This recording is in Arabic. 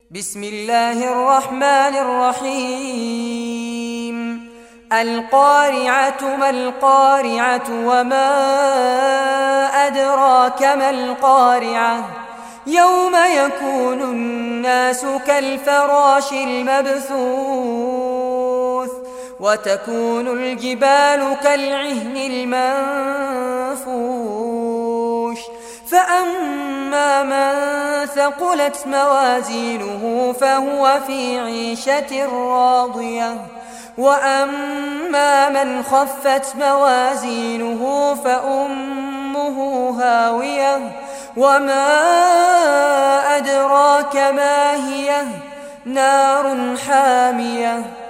بسم الله الرحمن الرحيم. القارعة ما القارعة وما أدراك ما القارعة يوم يكون الناس كالفراش المبثوث وتكون الجبال كالعهن المنفوش فأما من ثقلت موازينه فهو في عيشة راضية وأما من خفت موازينه فأمه هاوية وما أدراك ما هي نار حامية